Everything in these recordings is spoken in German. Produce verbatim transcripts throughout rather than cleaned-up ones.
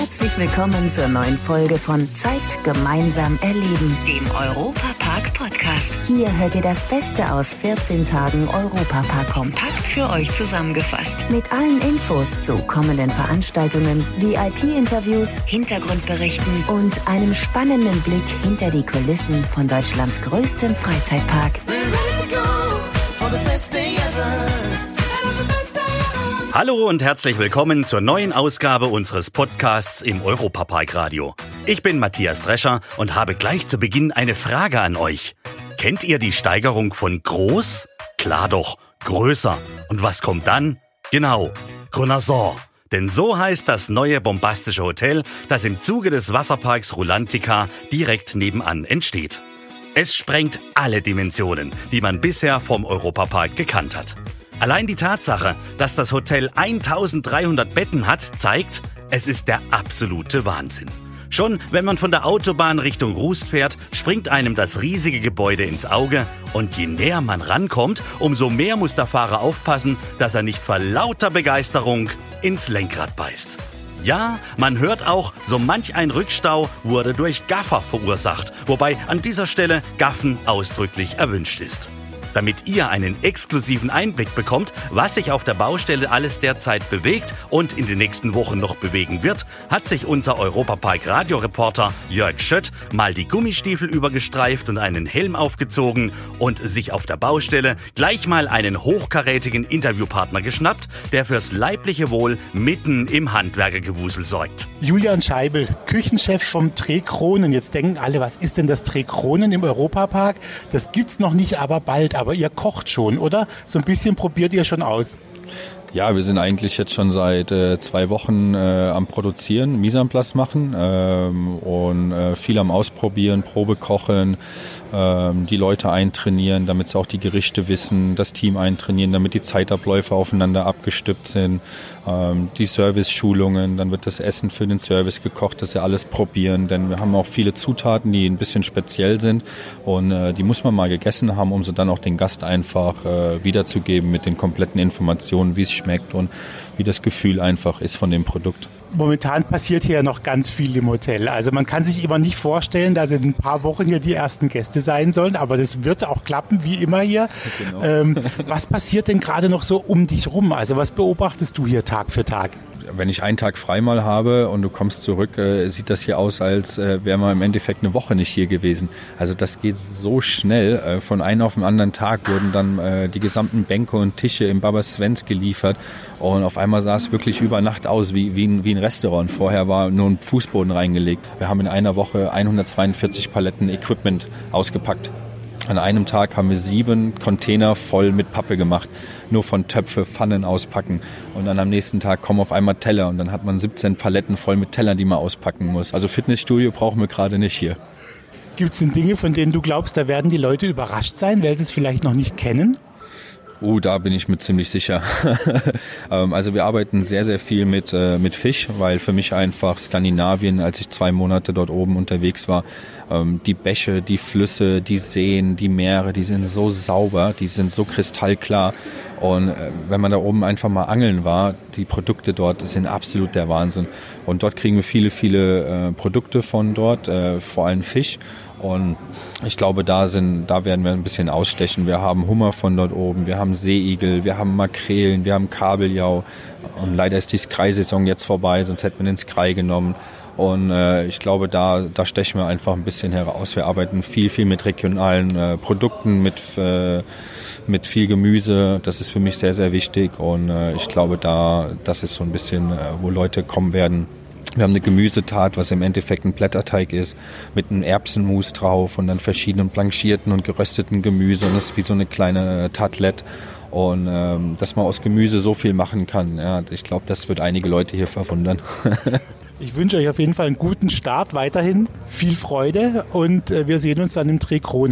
Herzlich willkommen zur neuen Folge von Zeit gemeinsam erleben, dem Europa-Park-Podcast. Hier hört ihr das Beste aus vierzehn Tagen Europa-Park kompakt für euch zusammengefasst. Mit allen Infos zu kommenden Veranstaltungen, V I P-Interviews, Hintergrundberichten und einem spannenden Blick hinter die Kulissen von Deutschlands größtem Freizeitpark. Hallo und herzlich willkommen zur neuen Ausgabe unseres Podcasts im Europa-Park Radio. Ich bin Matthias Drescher und habe gleich zu Beginn eine Frage an euch. Kennt ihr die Steigerung von groß? Klar doch, größer. Und was kommt dann? Genau, Renaissance. Denn so heißt das neue bombastische Hotel, das im Zuge des Wasserparks Rulantica direkt nebenan entsteht. Es sprengt alle Dimensionen, die man bisher vom Europa-Park gekannt hat. Allein die Tatsache, dass das Hotel eintausenddreihundert Betten hat, zeigt, es ist der absolute Wahnsinn. Schon wenn man von der Autobahn Richtung Rust fährt, springt einem das riesige Gebäude ins Auge und je näher man rankommt, umso mehr muss der Fahrer aufpassen, dass er nicht vor lauter Begeisterung ins Lenkrad beißt. Ja, man hört auch, so manch ein Rückstau wurde durch Gaffer verursacht, wobei an dieser Stelle Gaffen ausdrücklich erwünscht ist. Damit ihr einen exklusiven Einblick bekommt, was sich auf der Baustelle alles derzeit bewegt und in den nächsten Wochen noch bewegen wird, hat sich unser Europa-Park-Radioreporter Jörg Schött mal die Gummistiefel übergestreift und einen Helm aufgezogen und sich auf der Baustelle gleich mal einen hochkarätigen Interviewpartner geschnappt, der fürs leibliche Wohl mitten im Handwerkergewusel sorgt. Julian Scheibel, Küchenchef vom Tre Kronen. Jetzt denken alle, was ist denn das Tre Kronen im Europa-Park? Das gibt's noch nicht, aber bald. Aber ihr kocht schon, oder? So ein bisschen probiert ihr schon aus. Ja, wir sind eigentlich jetzt schon seit äh, zwei Wochen äh, am Produzieren, Mise en place machen ähm, und äh, viel am Ausprobieren, Probe kochen, ähm, die Leute eintrainieren, damit sie auch die Gerichte wissen, das Team eintrainieren, damit die Zeitabläufe aufeinander abgestimmt sind, ähm, die Service-Schulungen, dann wird das Essen für den Service gekocht, dass sie alles probieren, denn wir haben auch viele Zutaten, die ein bisschen speziell sind und äh, die muss man mal gegessen haben, um sie dann auch den Gast einfach äh, wiederzugeben mit den kompletten Informationen, wie es schmeckt und wie das Gefühl einfach ist von dem Produkt. Momentan passiert hier noch ganz viel im Hotel. Also man kann sich immer nicht vorstellen, dass in ein paar Wochen hier die ersten Gäste sein sollen, aber das wird auch klappen, wie immer hier. Genau. Ähm, was passiert denn gerade noch so um dich rum? Also was beobachtest du hier Tag für Tag? Wenn ich einen Tag frei mal habe und du kommst zurück, äh, sieht das hier aus, als äh, wäre man im Endeffekt eine Woche nicht hier gewesen. Also das geht so schnell. Äh, von einem auf den anderen Tag wurden dann äh, die gesamten Bänke und Tische im Baba Svens geliefert und auf einmal sah es wirklich über Nacht aus wie, wie, ein, wie ein Restaurant. Vorher war nur ein Fußboden reingelegt. Wir haben in einer Woche hundertzweiundvierzig Paletten Equipment ausgepackt. An einem Tag haben wir sieben Container voll mit Pappe gemacht. Nur von Töpfe, Pfannen auspacken. Und dann am nächsten Tag kommen auf einmal Teller. Und dann hat man siebzehn Paletten voll mit Tellern, die man auspacken muss. Also Fitnessstudio brauchen wir gerade nicht hier. Gibt es denn Dinge, von denen du glaubst, da werden die Leute überrascht sein, weil sie es vielleicht noch nicht kennen? Uh, da bin ich mir ziemlich sicher. Also wir arbeiten sehr, sehr viel mit, äh, mit Fisch, weil für mich einfach Skandinavien, als ich zwei Monate dort oben unterwegs war, ähm, die Bäche, die Flüsse, die Seen, die Meere, die sind so sauber, die sind so kristallklar. Und äh, wenn man da oben einfach mal angeln war, die Produkte dort sind absolut der Wahnsinn. Und dort kriegen wir viele, viele äh, Produkte von dort, äh, vor allem Fisch. Und ich glaube, da sind, da werden wir ein bisschen ausstechen. Wir haben Hummer von dort oben, wir haben Seeigel, wir haben Makrelen, wir haben Kabeljau. Und leider ist die Skrei-Saison jetzt vorbei, sonst hätten wir den Skrei genommen. Und äh, ich glaube, da, da stechen wir einfach ein bisschen heraus. Wir arbeiten viel, viel mit regionalen äh, Produkten, mit, äh, mit viel Gemüse. Das ist für mich sehr, sehr wichtig. Und äh, ich glaube, da, das ist so ein bisschen, äh, wo Leute kommen werden. Wir haben eine Gemüsetat, was im Endeffekt ein Blätterteig ist, mit einem Erbsenmus drauf und dann verschiedenen blanchierten und gerösteten Gemüse. Und das ist wie so eine kleine Tartelette. Und ähm, dass man aus Gemüse so viel machen kann, ja, ich glaube, das wird einige Leute hier verwundern. Ich wünsche euch auf jeden Fall einen guten Start weiterhin, viel Freude und äh, wir sehen uns dann im Tre Kronen.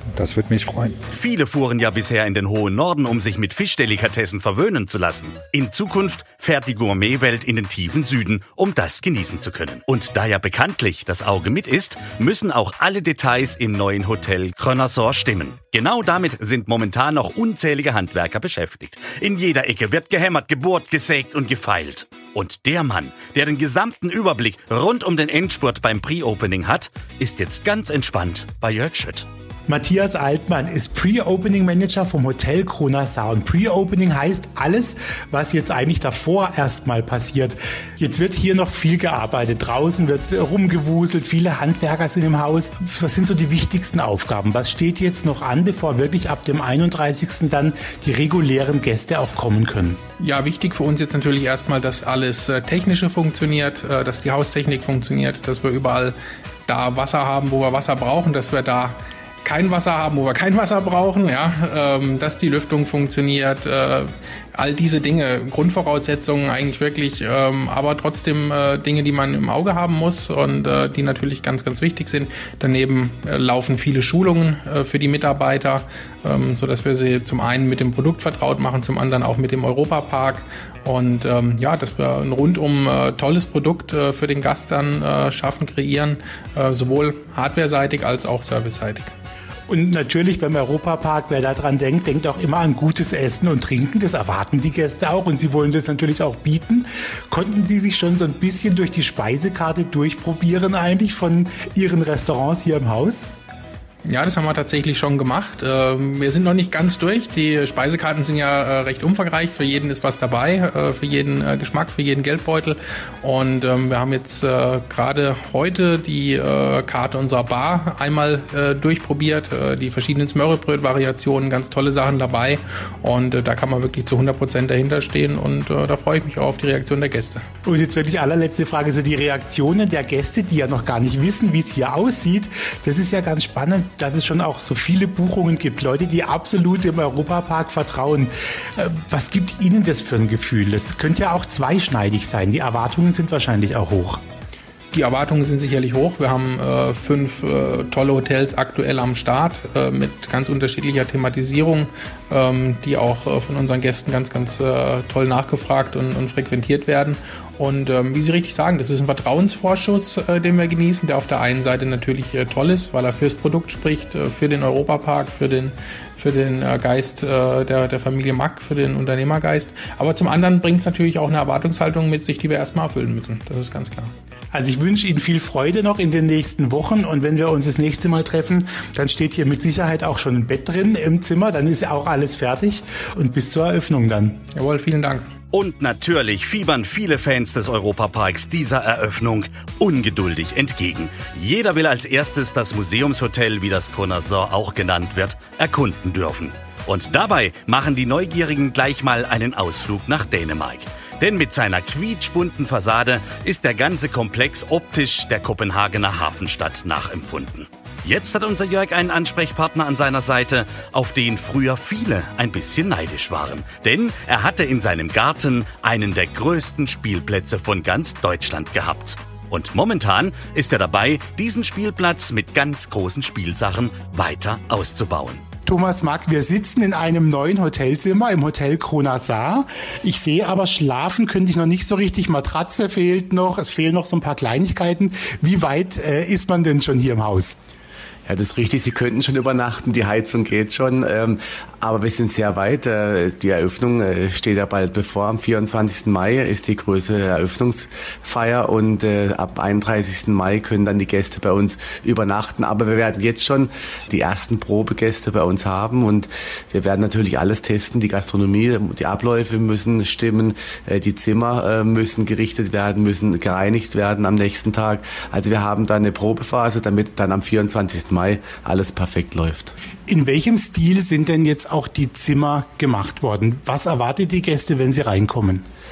Das würde mich freuen. Viele fuhren ja bisher in den hohen Norden, um sich mit Fischdelikatessen verwöhnen zu lassen. In Zukunft fährt die Gourmetwelt in den tiefen Süden, um das genießen zu können. Und da ja bekanntlich das Auge mit ist, müssen auch alle Details im neuen Hotel Cronassor stimmen. Genau damit sind momentan noch unzählige Handwerker beschäftigt. In jeder Ecke wird gehämmert, gebohrt, gesägt und gefeilt. Und der Mann, der den gesamten Überblick rund um den Endspurt beim Pre-Opening hat, ist jetzt ganz entspannt bei Jörg Schütt. Matthias Altmann ist Pre-Opening Manager vom Hotel Cronassor. Und Pre-Opening heißt alles, was jetzt eigentlich davor erstmal passiert. Jetzt wird hier noch viel gearbeitet. Draußen wird rumgewuselt, viele Handwerker sind im Haus. Was sind so die wichtigsten Aufgaben? Was steht jetzt noch an, bevor wirklich ab dem einunddreißigsten dann die regulären Gäste auch kommen können? Ja, wichtig für uns jetzt natürlich erstmal, dass alles äh, Technische funktioniert, äh, dass die Haustechnik funktioniert, dass wir überall da Wasser haben, wo wir Wasser brauchen, dass wir da kein Wasser haben, wo wir kein Wasser brauchen, ja, ähm, dass die Lüftung funktioniert, äh, all diese Dinge, Grundvoraussetzungen eigentlich wirklich, ähm, aber trotzdem äh, Dinge, die man im Auge haben muss und äh, die natürlich ganz, ganz wichtig sind. Daneben äh, laufen viele Schulungen äh, für die Mitarbeiter, ähm, so dass wir sie zum einen mit dem Produkt vertraut machen, zum anderen auch mit dem Europapark und ähm, ja, dass wir ein rundum äh, tolles Produkt äh, für den Gast dann äh, schaffen, kreieren, äh, sowohl hardwareseitig als auch serviceseitig. Und natürlich beim Europapark, wer da dran denkt, denkt auch immer an gutes Essen und Trinken. Das erwarten die Gäste auch und sie wollen das natürlich auch bieten. Konnten Sie sich schon so ein bisschen durch die Speisekarte durchprobieren eigentlich von Ihren Restaurants hier im Haus? Ja, das haben wir tatsächlich schon gemacht. Wir sind noch nicht ganz durch. Die Speisekarten sind ja recht umfangreich. Für jeden ist was dabei, für jeden Geschmack, für jeden Geldbeutel. Und wir haben jetzt gerade heute die Karte unserer Bar einmal durchprobiert. Die verschiedenen Smørrebrød-Variationen, ganz tolle Sachen dabei. Und da kann man wirklich zu hundert Prozent dahinter stehen. Und da freue ich mich auch auf die Reaktion der Gäste. Und jetzt wirklich allerletzte Frage, so die Reaktionen der Gäste, die ja noch gar nicht wissen, wie es hier aussieht. Das ist ja ganz spannend, dass es schon auch so viele Buchungen gibt. Leute, die absolut dem Europapark vertrauen. Was gibt Ihnen das für ein Gefühl? Es könnte ja auch zweischneidig sein. Die Erwartungen sind wahrscheinlich auch hoch. Die Erwartungen sind sicherlich hoch. Wir haben äh, fünf äh, tolle Hotels aktuell am Start äh, mit ganz unterschiedlicher Thematisierung, ähm, die auch äh, von unseren Gästen ganz, ganz äh, toll nachgefragt und, und frequentiert werden. Und ähm, wie Sie richtig sagen, das ist ein Vertrauensvorschuss, äh, den wir genießen, der auf der einen Seite natürlich äh, toll ist, weil er fürs Produkt spricht, äh, für den Europapark, für den, für den äh, Geist äh, der, der Familie Mack, für den Unternehmergeist. Aber zum anderen bringt es natürlich auch eine Erwartungshaltung mit sich, die wir erstmal erfüllen müssen. Das ist ganz klar. Also ich wünsche Ihnen viel Freude noch in den nächsten Wochen und wenn wir uns das nächste Mal treffen, dann steht hier mit Sicherheit auch schon ein Bett drin im Zimmer, dann ist ja auch alles fertig und bis zur Eröffnung dann. Jawohl, vielen Dank. Und natürlich fiebern viele Fans des Europaparks dieser Eröffnung ungeduldig entgegen. Jeder will als erstes das Museumshotel, wie das Cronassor auch genannt wird, erkunden dürfen. Und dabei machen die Neugierigen gleich mal einen Ausflug nach Dänemark. Denn mit seiner quietschbunten Fassade ist der ganze Komplex optisch der Kopenhagener Hafenstadt nachempfunden. Jetzt hat unser Jörg einen Ansprechpartner an seiner Seite, auf den früher viele ein bisschen neidisch waren. Denn er hatte in seinem Garten einen der größten Spielplätze von ganz Deutschland gehabt. Und momentan ist er dabei, diesen Spielplatz mit ganz großen Spielsachen weiter auszubauen. Thomas Mack, wir sitzen in einem neuen Hotelzimmer im Hotel Cronassor. Ich sehe aber, schlafen könnte ich noch nicht so richtig. Matratze fehlt noch, es fehlen noch so ein paar Kleinigkeiten. Wie weit äh, ist man denn schon hier im Haus? Ja, das ist richtig. Sie könnten schon übernachten. Die Heizung geht schon. Ähm, aber wir sind sehr weit. Äh, die Eröffnung äh, steht ja bald bevor. Am vierundzwanzigsten Mai ist die größte Eröffnungsfeier und äh, ab einunddreißigsten Mai können dann die Gäste bei uns übernachten. Aber wir werden jetzt schon die ersten Probegäste bei uns haben und wir werden natürlich alles testen. Die Gastronomie, die Abläufe müssen stimmen. Äh, die Zimmer äh, müssen gerichtet werden, müssen gereinigt werden am nächsten Tag. Also wir haben dann eine Probephase, damit dann am vierundzwanzigsten Mai alles perfekt läuft. In welchem Stil sind denn jetzt auch die Zimmer gemacht worden? Was erwartet die Gäste, wenn sie reinkommen?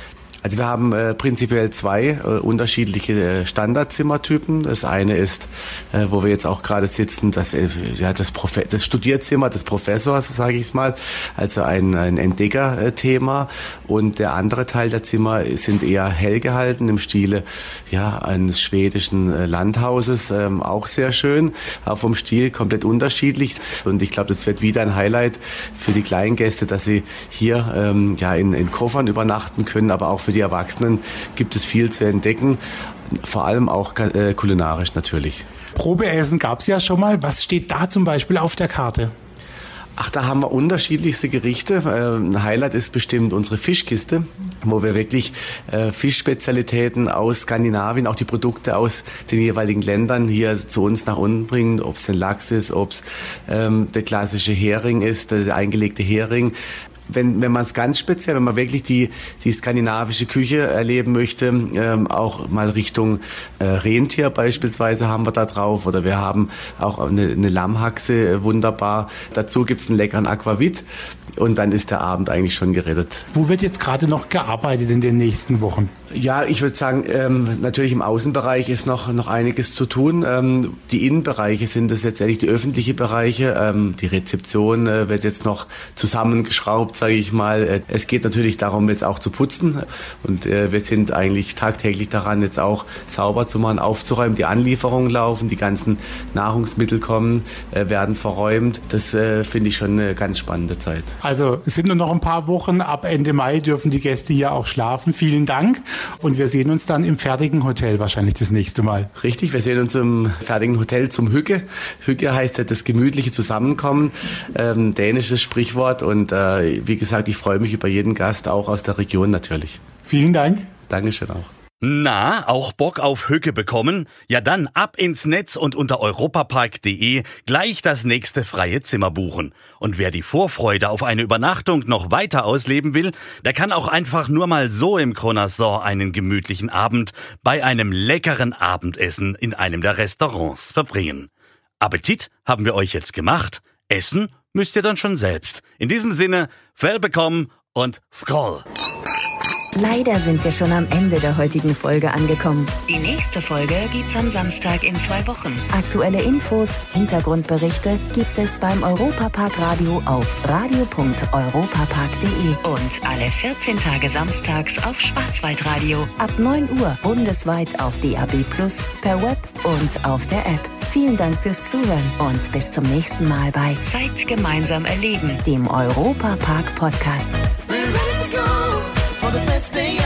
Also wir haben äh, prinzipiell zwei äh, unterschiedliche äh, Standardzimmertypen. Das eine ist, äh, wo wir jetzt auch gerade sitzen, das, äh, ja, das, Profe- das Studierzimmer des Professors, sage ich es mal, also ein, ein Entdeckerthema. Und der andere Teil der Zimmer sind eher hell gehalten im Stile ja, eines schwedischen äh, Landhauses, ähm, auch sehr schön, auch vom Stil komplett unterschiedlich. Und ich glaube, das wird wieder ein Highlight für die kleinen Gäste, dass sie hier ähm, ja, in, in Koffern übernachten können, aber auch für die Erwachsenen gibt es viel zu entdecken, vor allem auch äh, kulinarisch natürlich. Probeessen gab es ja schon mal. Was steht da zum Beispiel auf der Karte? Ach, da haben wir unterschiedlichste Gerichte. Ein Highlight ist bestimmt unsere Fischkiste, wo wir wirklich äh, Fischspezialitäten aus Skandinavien, auch die Produkte aus den jeweiligen Ländern hier zu uns nach unten bringen. Ob es ein Lachs ist, ob es ähm, der klassische Hering ist, der eingelegte Hering. Wenn, wenn man es ganz speziell, wenn man wirklich die, die skandinavische Küche erleben möchte, ähm, auch mal Richtung äh, Rentier beispielsweise haben wir da drauf, oder wir haben auch eine, eine Lammhaxe, äh, wunderbar. Dazu gibt's einen leckeren Aquavit und dann ist der Abend eigentlich schon gerettet. Wo wird jetzt gerade noch gearbeitet in den nächsten Wochen? Ja, ich würde sagen, ähm, natürlich im Außenbereich ist noch noch einiges zu tun. Ähm, die Innenbereiche sind das letztendlich die öffentlichen Bereiche. Ähm, die Rezeption äh, wird jetzt noch zusammengeschraubt, sage ich mal. Es geht natürlich darum, jetzt auch zu putzen, und äh, wir sind eigentlich tagtäglich daran, jetzt auch sauber zu machen, aufzuräumen. Die Anlieferungen laufen, die ganzen Nahrungsmittel kommen, äh, werden verräumt. Das äh, finde ich schon eine ganz spannende Zeit. Also es sind nur noch ein paar Wochen. Ab Ende Mai dürfen die Gäste hier auch schlafen. Vielen Dank. Und wir sehen uns dann im fertigen Hotel wahrscheinlich das nächste Mal. Richtig, wir sehen uns im fertigen Hotel zum Hygge. Hygge heißt ja das gemütliche Zusammenkommen, ähm, dänisches Sprichwort. Und äh, wie gesagt, ich freue mich über jeden Gast, auch aus der Region natürlich. Vielen Dank. Dankeschön auch. Na, auch Bock auf Hygge bekommen? Ja dann ab ins Netz und unter europapark punkt de gleich das nächste freie Zimmer buchen. Und wer die Vorfreude auf eine Übernachtung noch weiter ausleben will, der kann auch einfach nur mal so im Kronasson einen gemütlichen Abend bei einem leckeren Abendessen in einem der Restaurants verbringen. Appetit haben wir euch jetzt gemacht. Essen müsst ihr dann schon selbst. In diesem Sinne, Fell bekommen und Skål! Leider sind wir schon am Ende der heutigen Folge angekommen. Die nächste Folge gibt's am Samstag in zwei Wochen. Aktuelle Infos, Hintergrundberichte gibt es beim Europapark Radio auf radio punkt europapark punkt de und alle vierzehn Tage samstags auf Schwarzwaldradio ab neun Uhr bundesweit auf D A B plus, per Web und auf der App. Vielen Dank fürs Zuhören und bis zum nächsten Mal bei Zeit gemeinsam erleben, dem Europapark Podcast. For the best day